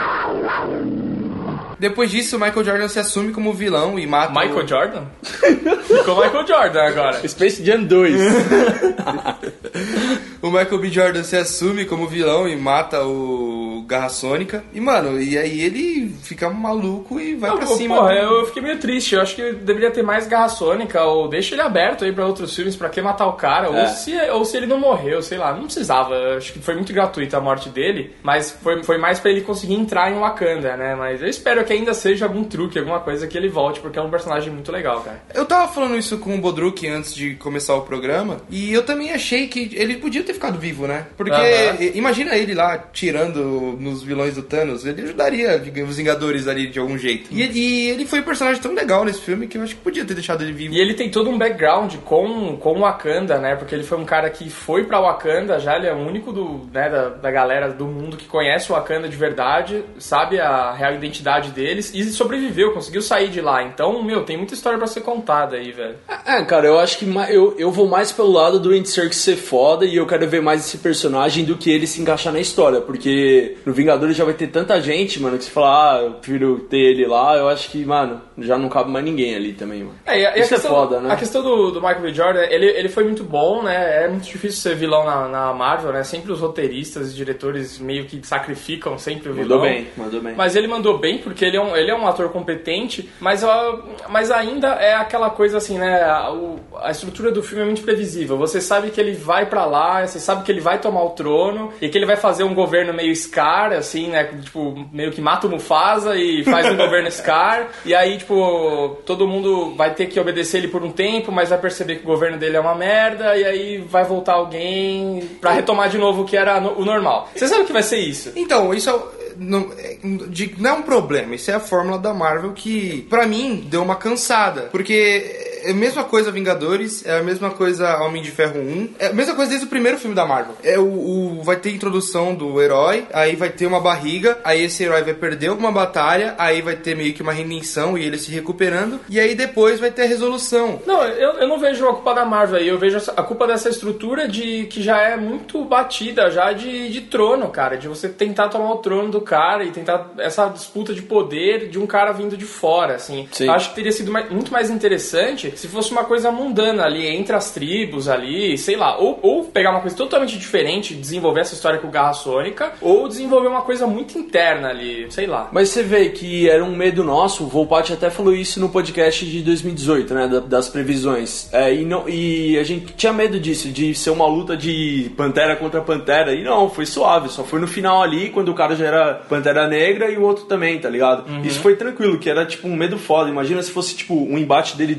[SPEAKER 1] Depois disso, o Michael Jordan se assume como vilão e mata
[SPEAKER 2] Michael
[SPEAKER 1] o...
[SPEAKER 2] Jordan? Ficou Michael Jordan agora.
[SPEAKER 3] Space Jam dois.
[SPEAKER 1] O Michael B. Jordan se assume como vilão e mata o Garra Sônica. E, mano, e aí ele fica maluco e vai
[SPEAKER 2] Não,
[SPEAKER 1] pra
[SPEAKER 2] pô,
[SPEAKER 1] cima.
[SPEAKER 2] Porra,
[SPEAKER 1] do...
[SPEAKER 2] eu fiquei meio triste. Eu acho que deveria ter mais Garra Sônica, ou deixa ele aberto aí pra outros filmes, pra que matar o cara,
[SPEAKER 3] É.
[SPEAKER 2] ou, se, ou se ele não morreu, sei lá. Não precisava. Eu acho que foi muito gratuita a morte dele, mas foi, foi mais pra ele conseguir entrar em Wakanda, né? Mas eu espero que ainda seja algum truque, alguma coisa que ele volte, porque é um personagem muito legal, cara.
[SPEAKER 1] Eu tava falando isso com o Bodruk antes de começar o programa, e eu também achei que ele podia ter ficado vivo, né? Porque
[SPEAKER 2] Aham.
[SPEAKER 1] imagina ele lá tirando nos vilões do Thanos, ele ajudaria os Vingadores ali de algum jeito. E, ele- e ele foi um personagem tão legal nesse filme que eu acho que podia ter deixado ele vivo.
[SPEAKER 2] E ele tem todo um background com, com Wakanda, né? Porque ele foi um cara que foi pra Wakanda já, ele é o único do, né, da, da galera do mundo que conhece o Wakanda de verdade, sabe a real identidade deles e sobreviveu, conseguiu sair de lá. Então, meu, tem muita história pra ser contada aí, velho.
[SPEAKER 3] É, cara, eu acho que ma- eu, eu vou mais pelo lado do Andy Serkis ser foda e eu quero ver mais esse personagem do que ele se encaixar na história, porque no Vingadores já vai ter tanta gente, mano, que se falar, ah, eu prefiro ter ele lá, eu acho que, mano, já não cabe mais ninguém ali também, mano.
[SPEAKER 2] É, e a, e a
[SPEAKER 3] Isso
[SPEAKER 2] questão,
[SPEAKER 3] é foda, né?
[SPEAKER 2] A questão do, do Michael B. Jordan, ele, ele foi muito bom, né? É muito difícil ser vilão na, na Marvel, né? Sempre os roteiristas e diretores meio que sacrificam sempre o vilão.
[SPEAKER 3] Mandou bem, mandou bem.
[SPEAKER 2] Mas ele mandou bem, porque ele é um, ele é um ator competente, mas, ó, mas ainda é aquela coisa assim, né? A, o- a estrutura do filme é muito previsível. Você sabe que ele vai pra lá, você sabe que ele vai tomar o trono, e que ele vai fazer um governo meio Scar, assim, né? Tipo, meio que mata o Mufasa e faz um governo Scar, e aí, tipo, todo mundo vai ter que obedecer ele por um tempo, mas vai perceber que o governo dele é uma merda, e aí vai voltar alguém pra retomar de novo o que era no- o normal. Você sabe que vai ser isso?
[SPEAKER 1] Então, isso é, não, é, de- não é um problema, isso é a fórmula da Marvel que, pra mim, deu uma cansada. Porque é a mesma coisa Vingadores, é a mesma coisa Homem de Ferro um, é a mesma coisa desde o primeiro filme da Marvel. É o, o- vai ter introdução do herói, aí vai ter uma barriga, aí esse herói vai perder alguma batalha, aí vai ter meio que uma redenção e ele se recuperando, e aí depois vai ter a resolução.
[SPEAKER 2] Não, eu, eu não vejo a culpa da Marvel aí, eu vejo a culpa dessa estrutura de que já é muito batida, já de, de trono, cara, de você tentar tomar o trono do cara e tentar essa disputa de poder de um cara vindo de fora, assim.
[SPEAKER 3] Sim.
[SPEAKER 2] Eu acho que teria sido mais- muito mais interessante se fosse uma coisa mundana ali, entre as tribos ali, sei lá, ou, ou pegar uma coisa totalmente diferente, desenvolver essa história com o Garra Sônica, ou desenvolver uma coisa muito interna ali, sei lá.
[SPEAKER 3] Mas você vê que era um medo nosso, o Volpatti até falou isso no podcast de dois mil e dezoito, né, da- das previsões. É, e, não, e a gente tinha medo disso, de ser uma luta de Pantera contra Pantera, e não, foi suave, só foi no final ali, quando o cara já era Pantera Negra e o outro também, tá ligado? Isso foi tranquilo, que era tipo um medo foda. Imagina se fosse tipo um embate dele duas vezes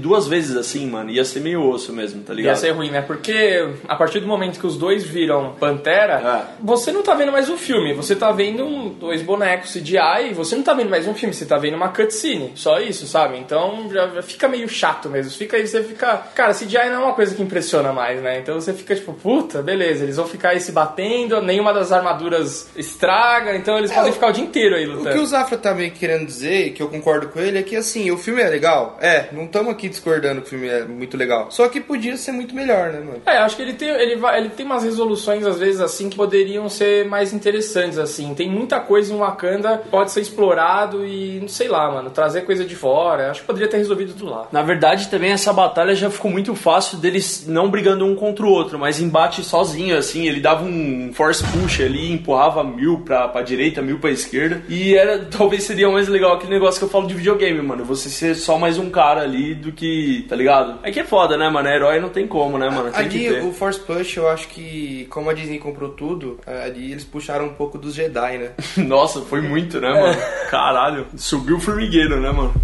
[SPEAKER 3] vezes, assim, mano. Ia ser meio osso mesmo, tá ligado?
[SPEAKER 2] Ia ser ruim, né? Porque a partir do momento que os dois viram Pantera,
[SPEAKER 3] É.
[SPEAKER 2] você não tá vendo mais um filme, você tá vendo um, dois bonecos C G I, e você não tá vendo mais um filme, você tá vendo uma cutscene. Só isso, sabe? Então já, já fica meio chato mesmo. Fica aí, você fica... Cara, C G I não é uma coisa que impressiona mais, né? Então você fica tipo, puta, beleza, eles vão ficar aí se batendo, nenhuma das armaduras estraga, então eles
[SPEAKER 1] É,
[SPEAKER 2] podem
[SPEAKER 1] o-
[SPEAKER 2] ficar o dia inteiro aí
[SPEAKER 1] O
[SPEAKER 2] lutando.
[SPEAKER 1] que o Zafra tá meio querendo dizer, que eu concordo com ele, é que assim, o filme é legal. É, não estamos aqui discordando que o filme é muito legal. Só que podia ser muito melhor, né, mano?
[SPEAKER 2] É, acho que ele tem, ele, vai, ele tem umas resoluções, às vezes, assim, que poderiam ser mais interessantes, assim. Tem muita coisa em Wakanda que pode ser explorado e, não sei lá, mano, trazer coisa de fora. Acho que poderia ter resolvido tudo lá.
[SPEAKER 3] Na verdade, também essa batalha já ficou muito fácil deles não brigando um contra o outro, mas embate sozinho, assim. Ele dava um force push ali, empurrava mil pra, pra direita, mil pra esquerda. E era, talvez seria mais legal aquele negócio que eu falo de videogame, mano. Você ser só mais um cara ali do que, tá ligado? É que é foda, né, mano? Herói não tem como, né, mano? Tem que
[SPEAKER 1] Ali,
[SPEAKER 3] ter.
[SPEAKER 1] o Force Push, eu acho que, como a Disney comprou tudo, ali eles puxaram um pouco dos Jedi, né?
[SPEAKER 3] Nossa, foi muito, né, mano? Caralho. Subiu o formigueiro, né, mano?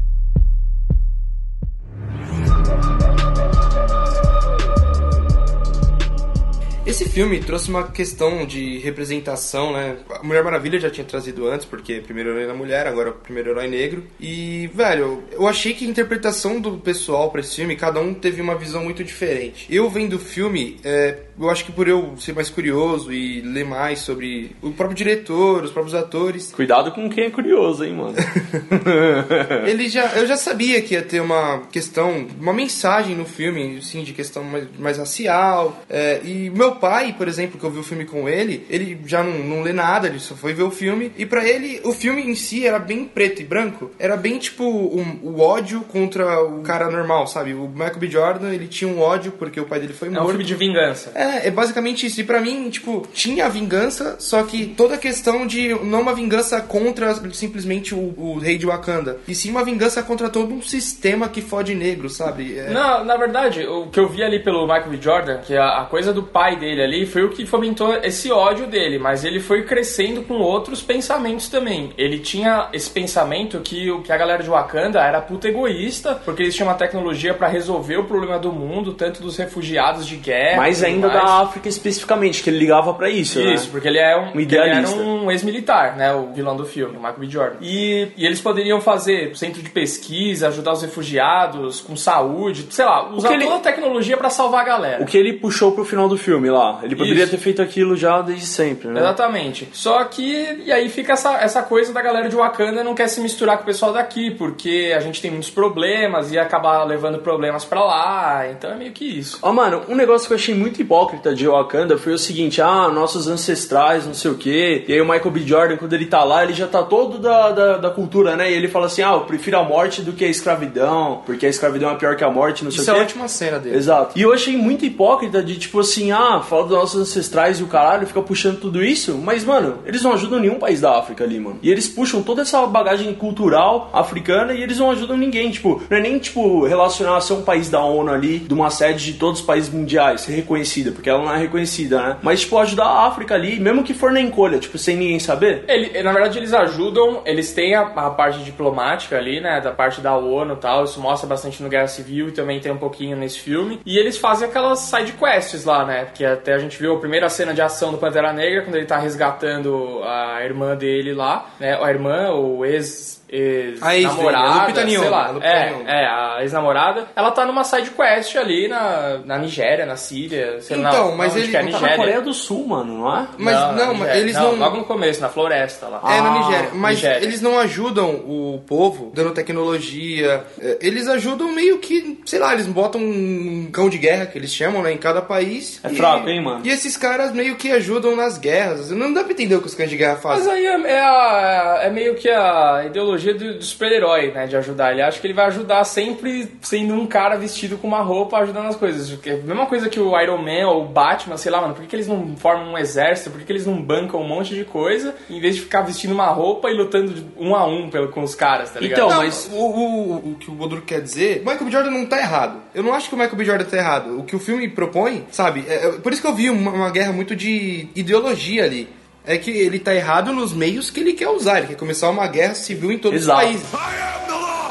[SPEAKER 1] Esse filme trouxe uma questão de representação, né? A Mulher Maravilha já tinha trazido antes, porque primeiro herói era mulher, agora o primeiro herói negro. E, velho, eu achei que a interpretação do pessoal pra esse filme, cada um teve uma visão muito diferente. Eu vendo o filme, é, eu acho que por eu ser mais curioso e ler mais sobre o próprio diretor, os próprios atores,
[SPEAKER 3] Cuidado com quem é curioso, hein, mano?
[SPEAKER 1] ele já, eu já sabia que ia ter uma questão, uma mensagem no filme, assim, de questão mais, mais racial. É, e meu pai, por exemplo, que eu vi o filme com ele, ele já não, não lê nada, ele só foi ver o filme. E pra ele, o filme em si era bem preto e branco. Era bem tipo um, o ódio contra o cara normal, sabe? O Michael B. Jordan, ele tinha um ódio porque o pai dele foi
[SPEAKER 2] É
[SPEAKER 1] morto.
[SPEAKER 2] um filme de vingança.
[SPEAKER 1] É, é basicamente isso. E pra mim, tipo, tinha a vingança, só que toda a questão de não uma vingança contra simplesmente o, o rei de Wakanda, e sim uma vingança contra todo um sistema que fode negro, sabe? É,
[SPEAKER 2] Na, na verdade, o que eu vi ali pelo Michael B. Jordan, que a, a coisa do pai dele ali, foi o que fomentou esse ódio dele, mas ele foi crescendo com outros pensamentos também. Ele tinha esse pensamento que, o- que a galera de Wakanda era puta egoísta, porque eles tinham uma tecnologia pra resolver o problema do mundo, tanto dos refugiados de guerra...
[SPEAKER 3] Mas
[SPEAKER 2] e tudo
[SPEAKER 3] ainda
[SPEAKER 2] mais.
[SPEAKER 3] da África especificamente, que ele ligava pra isso, né?
[SPEAKER 2] Isso, porque ele é um,
[SPEAKER 3] Um
[SPEAKER 2] porque ele era
[SPEAKER 3] idealista.
[SPEAKER 2] um ex-militar, né? O vilão do filme, o Michael B. Jordan. E, e eles poderiam fazer centro de pesquisa, ajudar os refugiados, com saúde, sei lá, usar
[SPEAKER 3] que ele-
[SPEAKER 2] toda a tecnologia pra salvar a galera.
[SPEAKER 3] O que ele puxou pro final do filme lá. Ele poderia
[SPEAKER 2] Isso.
[SPEAKER 3] ter feito aquilo já desde sempre, né?
[SPEAKER 2] Exatamente. Só que, e aí fica essa, essa coisa da galera de Wakanda não quer se misturar com o pessoal daqui, porque a gente tem muitos problemas e acabar levando problemas pra lá, então é meio que isso.
[SPEAKER 3] Ó, mano, um negócio que eu achei muito hipócrita de Wakanda foi o seguinte, ah, nossos ancestrais, não sei o quê, e aí o Michael B. Jordan, quando ele tá lá, ele já tá todo da, da, da cultura, né, e ele fala assim, ah, eu prefiro a morte do que a escravidão, porque a escravidão é pior que a morte, não sei
[SPEAKER 1] isso
[SPEAKER 3] o
[SPEAKER 1] é
[SPEAKER 3] quê.
[SPEAKER 1] a última cena dele.
[SPEAKER 3] Exato. E eu achei muito hipócrita de, tipo assim, ah, fala dos nossos ancestrais e o caralho, fica puxando tudo isso, mas, mano, eles não ajudam nenhum país da África ali, mano. E eles puxam toda essa bagagem cultural africana e eles não ajudam ninguém, tipo, não é nem, tipo, relacionar a ser um país da ONU ali, de uma sede de todos os países mundiais, ser reconhecida, porque ela não é reconhecida, né? Mas, tipo, ajudar a África ali, mesmo que for na encolha, tipo, sem ninguém saber.
[SPEAKER 2] Ele, na verdade, eles ajudam, eles têm a, a parte diplomática ali, né, da parte da ONU e tal, isso mostra bastante no Guerra Civil e também tem um pouquinho nesse filme. E eles fazem aquelas side quests lá, né, porque até a gente viu a primeira cena de ação do Pantera Negra, quando ele tá resgatando a irmã dele lá, né, a irmã, ou ex...
[SPEAKER 1] A ex dele, a
[SPEAKER 2] namorada,
[SPEAKER 1] Lupita Nyong'o,
[SPEAKER 2] sei
[SPEAKER 1] a
[SPEAKER 2] lá,
[SPEAKER 1] Lupita
[SPEAKER 2] é,
[SPEAKER 1] Nyong'o.
[SPEAKER 2] é, a ex-namorada, ela tá numa side quest ali na, na Nigéria, na Síria, sei lá,
[SPEAKER 1] Então,
[SPEAKER 2] não,
[SPEAKER 1] mas
[SPEAKER 2] onde
[SPEAKER 1] ele
[SPEAKER 2] que é
[SPEAKER 1] não tá
[SPEAKER 3] Tá na
[SPEAKER 2] Nigéria.
[SPEAKER 3] Coreia do Sul, mano, não é?
[SPEAKER 1] Mas
[SPEAKER 2] na
[SPEAKER 1] não, mas
[SPEAKER 2] Nigéria.
[SPEAKER 1] eles não...
[SPEAKER 2] Logo no começo, na floresta lá.
[SPEAKER 1] É, na
[SPEAKER 3] Ah,
[SPEAKER 1] Nigéria. Mas
[SPEAKER 2] Nigéria.
[SPEAKER 1] eles não ajudam o povo dando tecnologia. É, eles ajudam meio que, sei lá, eles botam um cão de guerra, que eles chamam, né, em cada país.
[SPEAKER 3] É
[SPEAKER 1] e,
[SPEAKER 3] fraco, hein, mano?
[SPEAKER 1] E esses caras meio que ajudam nas guerras. Não dá pra entender o que os cães de guerra
[SPEAKER 2] Mas
[SPEAKER 1] fazem.
[SPEAKER 2] aí é, é a- é meio que a ideologia do, do super-herói, né, de ajudar. Ele acha que ele vai ajudar sempre sendo um cara vestido com uma roupa ajudando as coisas. Porque é a mesma coisa que o Iron Man ou o Batman, sei lá, mano, por que, que eles não formam um exército? Por que, que eles não bancam um monte de coisa em vez de ficar vestindo uma roupa e lutando de um a um pelo, com os caras, tá ligado?
[SPEAKER 3] Então,
[SPEAKER 1] Não,
[SPEAKER 3] mas-
[SPEAKER 1] o, o, o que o Boduro quer dizer, o Michael B. Jordan não tá errado. Eu não acho que o Michael B. Jordan tá errado. O que o filme propõe, sabe? É, é por isso que eu vi uma, uma guerra muito de ideologia ali. É que ele tá errado nos meios que ele quer usar. Ele quer começar uma guerra civil em todos
[SPEAKER 3] Exato.
[SPEAKER 1] os países.
[SPEAKER 4] I am the law!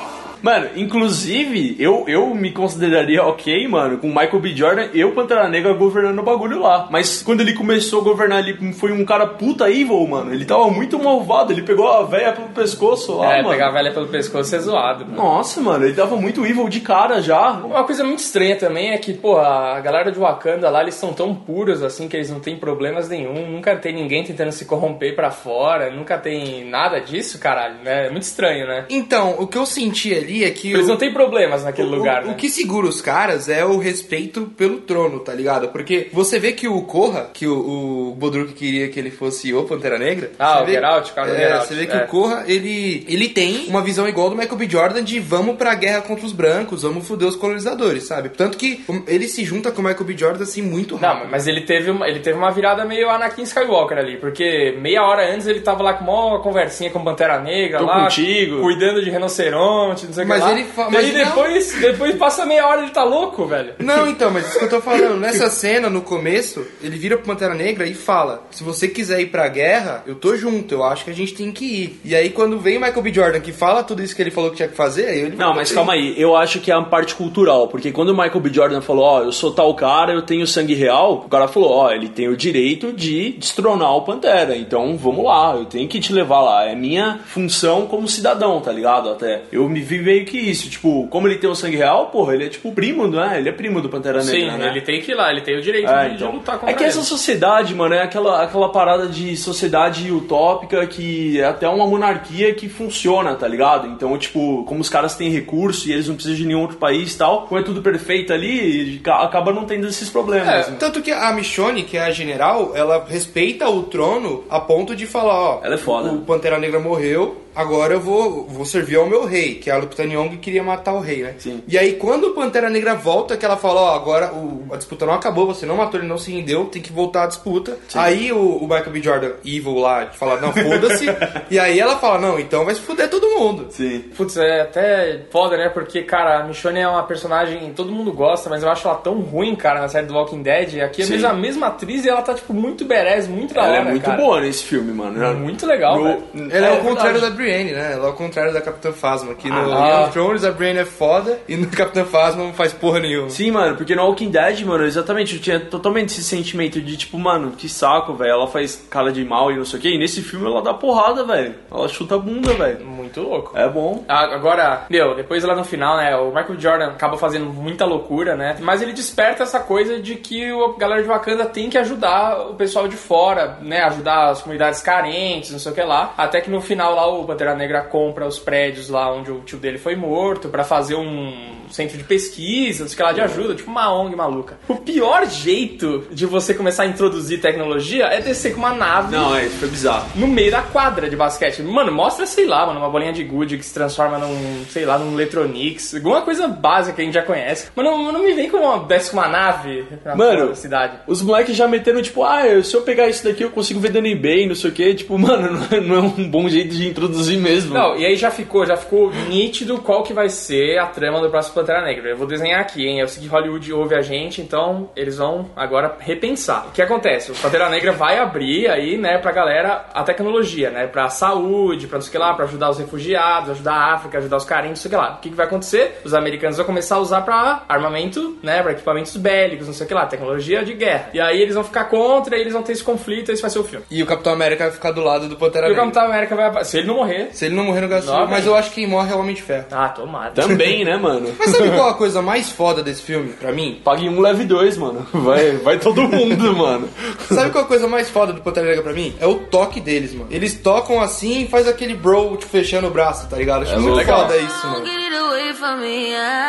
[SPEAKER 3] Mano, inclusive, eu, eu me consideraria ok, mano, com Michael B. Jordan e o Pantera Negra governando o bagulho lá. Mas quando ele começou a governar, ele foi um cara puta evil, mano. Ele tava muito malvado, ele pegou a velha pelo pescoço lá,
[SPEAKER 2] É,
[SPEAKER 3] mano.
[SPEAKER 2] pegar a velha pelo pescoço é zoado, mano.
[SPEAKER 3] Nossa, mano, ele tava muito evil de cara já.
[SPEAKER 2] Uma coisa muito estranha também é que, pô, a galera de Wakanda lá, eles são tão puros, assim, que eles não têm problemas nenhum. Nunca tem ninguém tentando se corromper pra fora, nunca tem nada disso, caralho, né? É muito estranho, né?
[SPEAKER 1] Então, o que eu senti ali é que...
[SPEAKER 2] Eles
[SPEAKER 1] o-
[SPEAKER 2] não têm problemas naquele
[SPEAKER 1] o,
[SPEAKER 2] lugar,
[SPEAKER 1] o,
[SPEAKER 2] né?
[SPEAKER 1] o que segura os caras é o respeito pelo trono, tá ligado? Porque você vê que o Korra, que o, o Bodruk queria que ele fosse o Pantera Negra...
[SPEAKER 2] Ah,
[SPEAKER 1] você
[SPEAKER 2] o
[SPEAKER 1] vê-
[SPEAKER 2] Geralt, o cara do
[SPEAKER 1] é,
[SPEAKER 2] Geralt,
[SPEAKER 1] Você vê que
[SPEAKER 2] é.
[SPEAKER 1] o Korra, ele, ele tem uma visão igual do Michael B. Jordan de vamos pra guerra contra os brancos, vamos foder os colonizadores, sabe? Tanto que um, ele se junta com o Michael B. Jordan, assim, muito rápido.
[SPEAKER 2] Não, mas ele teve, uma, ele teve uma virada meio Anakin Skywalker ali, porque meia hora antes ele tava lá com uma conversinha com Pantera Negra
[SPEAKER 3] Tô
[SPEAKER 2] lá,
[SPEAKER 3] contigo.
[SPEAKER 2] cuidando de rinoceronte, não sei o que
[SPEAKER 1] Mas
[SPEAKER 2] lá.
[SPEAKER 1] ele fa-
[SPEAKER 2] Daí
[SPEAKER 1] mas não.
[SPEAKER 2] depois, depois passa meia hora ele tá louco, velho.
[SPEAKER 1] Não, então, mas isso que eu tô falando. Nessa cena, no começo, ele vira pro Pantera Negra e fala: se você quiser ir pra guerra, eu tô junto, eu acho que a gente tem que ir. E aí, quando vem o Michael B. Jordan que fala tudo isso que ele falou que tinha que fazer, aí ele
[SPEAKER 3] Não, mas calma aí, eu acho que é a parte cultural, porque quando o Michael B. Jordan falou, ó, eu sou tal cara, eu tenho sangue real, o cara falou, ó, ele tem o direito de destronar o Pantera, então vamos lá, eu tenho que te levar lá, é minha função como cidadão, tá ligado? Até, eu me vi meio que isso, tipo, como ele tem o sangue real, porra, ele é tipo primo, não é? Ele é primo do Pantera Negra,
[SPEAKER 2] Sim,
[SPEAKER 3] né?
[SPEAKER 2] ele tem que ir lá, ele tem o direito
[SPEAKER 3] É,
[SPEAKER 2] de,
[SPEAKER 3] então.
[SPEAKER 2] de lutar contra
[SPEAKER 3] É que essa
[SPEAKER 2] ele.
[SPEAKER 3] sociedade, mano, é aquela, aquela parada de sociedade utópica que é até uma monarquia que funciona, tá ligado? Então, tipo, como os caras têm recurso e eles não precisam de nenhum outro país e tal, como é tudo perfeito ali, ca- acaba não tendo esses problemas.
[SPEAKER 1] É, tanto que a Michonne, que é a general, ela respeita o trono a ponto de falar, ó,
[SPEAKER 3] Ela é foda.
[SPEAKER 1] o Pantera Negra morreu, agora eu vou, vou servir ao meu rei, que é a Lupita Nyong'o que queria matar o rei, né?
[SPEAKER 3] Sim.
[SPEAKER 1] E aí quando o Pantera Negra volta, que ela fala, ó, agora o, a disputa não acabou, você não matou, ele não se rendeu, tem que voltar à disputa. Aí o, o Michael B. Jordan, evil lá, fala, não, foda-se. E aí ela fala, não, então vai se fuder todo mundo.
[SPEAKER 3] Sim.
[SPEAKER 2] Putz, é até foda, né? Porque, cara, a Michonne é uma personagem todo mundo gosta, mas eu acho ela tão ruim, cara, na série do Walking Dead. Aqui é
[SPEAKER 3] Sim.
[SPEAKER 2] mesmo a mesma atriz e ela tá, tipo, muito badass, muito da hora,
[SPEAKER 3] Ela é muito
[SPEAKER 2] cara.
[SPEAKER 3] boa nesse filme, mano.
[SPEAKER 2] Muito legal,
[SPEAKER 3] No-
[SPEAKER 2] velho.
[SPEAKER 1] Ela é,
[SPEAKER 3] É
[SPEAKER 1] o contrário
[SPEAKER 3] verdade.
[SPEAKER 1] da Brienne, né? Ela é o contrário da Capitã Phasma. Que no
[SPEAKER 2] Ah.
[SPEAKER 1] Game of Thrones a Brienne é foda e no Capitã Phasma não faz porra nenhuma.
[SPEAKER 3] Sim, mano, porque no Walking Dead, mano, exatamente, eu tinha totalmente esse sentimento de tipo, mano, que saco, velho, ela faz cara de mal e não sei o que, e nesse filme ela dá porrada, velho, ela chuta a bunda, velho.
[SPEAKER 2] Muito louco.
[SPEAKER 3] É bom.
[SPEAKER 2] Ah, Agora, meu, depois lá no final, né, o Michael Jordan acaba fazendo muita loucura, né, mas ele desperta essa coisa de que a galera de Wakanda tem que ajudar o pessoal de fora, né, ajudar as comunidades carentes, não sei o que lá, até que no final lá o Pantera Negra compra os prédios lá onde o tio dele foi morto pra fazer um centro de pesquisa, não sei o que lá, de ajuda, tipo uma O N G maluca. O pior jeito de você começar a introduzir tecnologia é descer com uma nave
[SPEAKER 3] Não, é, foi bizarro.
[SPEAKER 2] no meio da quadra de basquete. Mano, mostra, sei lá, mano, uma bolinha de gude que se transforma num, sei lá, num Electronics. Alguma coisa básica que a gente já conhece. Mas não, não me vem com uma, desce com uma nave na
[SPEAKER 3] Mano,
[SPEAKER 2] porra da cidade.
[SPEAKER 3] Os moleques já meteram, tipo, ah, se eu pegar isso daqui eu consigo vender no eBay, não sei o que. Tipo, mano, não é, não é um bom jeito de introduzir mesmo.
[SPEAKER 2] Não, e aí já ficou, já ficou nítido qual que vai ser a trama do próximo Pantera Negra. Eu vou desenhar aqui, hein? Eu sei que Hollywood ouve a gente, então eles vão agora repensar. O que acontece? O Pantera Negra vai abrir aí, né, pra galera a tecnologia, né? Pra saúde, pra não sei o que lá, pra ajudar os refugiados, ajudar a África, ajudar os carentes, não sei o que lá. O que, que vai acontecer? Os americanos vão começar a usar pra armamento, né? Pra equipamentos bélicos, não sei o que lá, tecnologia de guerra. E aí eles vão ficar contra, e eles vão ter esse conflito, e esse vai ser o filme.
[SPEAKER 1] E o Capitão América vai ficar do lado do Pantera
[SPEAKER 2] E o
[SPEAKER 1] Negra.
[SPEAKER 2] Capitão América vai... Se ele não morrer...
[SPEAKER 1] Se ele não morrer no gasto,
[SPEAKER 2] Não,
[SPEAKER 1] mas
[SPEAKER 2] velho.
[SPEAKER 1] eu acho que quem morre é o Homem de Ferro.
[SPEAKER 2] Ah, tomara.
[SPEAKER 3] Também, né, mano?
[SPEAKER 1] Mas sabe qual a coisa mais foda desse filme, pra mim?
[SPEAKER 3] Pague um, leve dois, mano. Vai, vai todo mundo, mano.
[SPEAKER 1] Sabe qual a coisa mais foda do Pantera Negra pra mim? É o toque deles, mano. Eles tocam assim e faz aquele bro, tipo, fechando o braço, tá ligado? Acho
[SPEAKER 3] É
[SPEAKER 1] muito
[SPEAKER 3] legal.
[SPEAKER 1] foda isso, mano.
[SPEAKER 6] Get it away from me.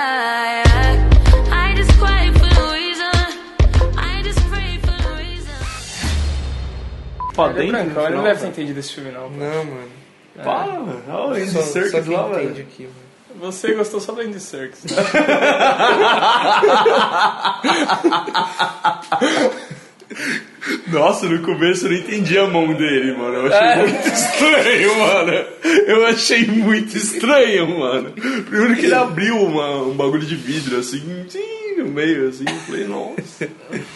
[SPEAKER 6] I, I, I just cry for no reason. I just pray for no reason.
[SPEAKER 3] Pá,
[SPEAKER 2] Ele é
[SPEAKER 3] dentro,
[SPEAKER 2] brancão,
[SPEAKER 3] no
[SPEAKER 2] ele não
[SPEAKER 3] final,
[SPEAKER 2] deve ter
[SPEAKER 3] velho.
[SPEAKER 2] entendido esse filme, não.
[SPEAKER 1] Não, mano.
[SPEAKER 3] Para, mano. Olha o Andy
[SPEAKER 1] Só, só
[SPEAKER 3] Serkis
[SPEAKER 1] quem
[SPEAKER 3] lá,
[SPEAKER 1] entende
[SPEAKER 3] velho.
[SPEAKER 1] aqui, mano.
[SPEAKER 2] Você gostou só do Andy Serkis.
[SPEAKER 3] Nossa, no começo eu não entendi a mão dele, mano. Eu achei
[SPEAKER 2] É.
[SPEAKER 3] muito estranho, mano. Eu achei muito estranho, mano. Primeiro que ele abriu uma, um bagulho de vidro, assim, sim, no meio, assim. Eu falei, nossa.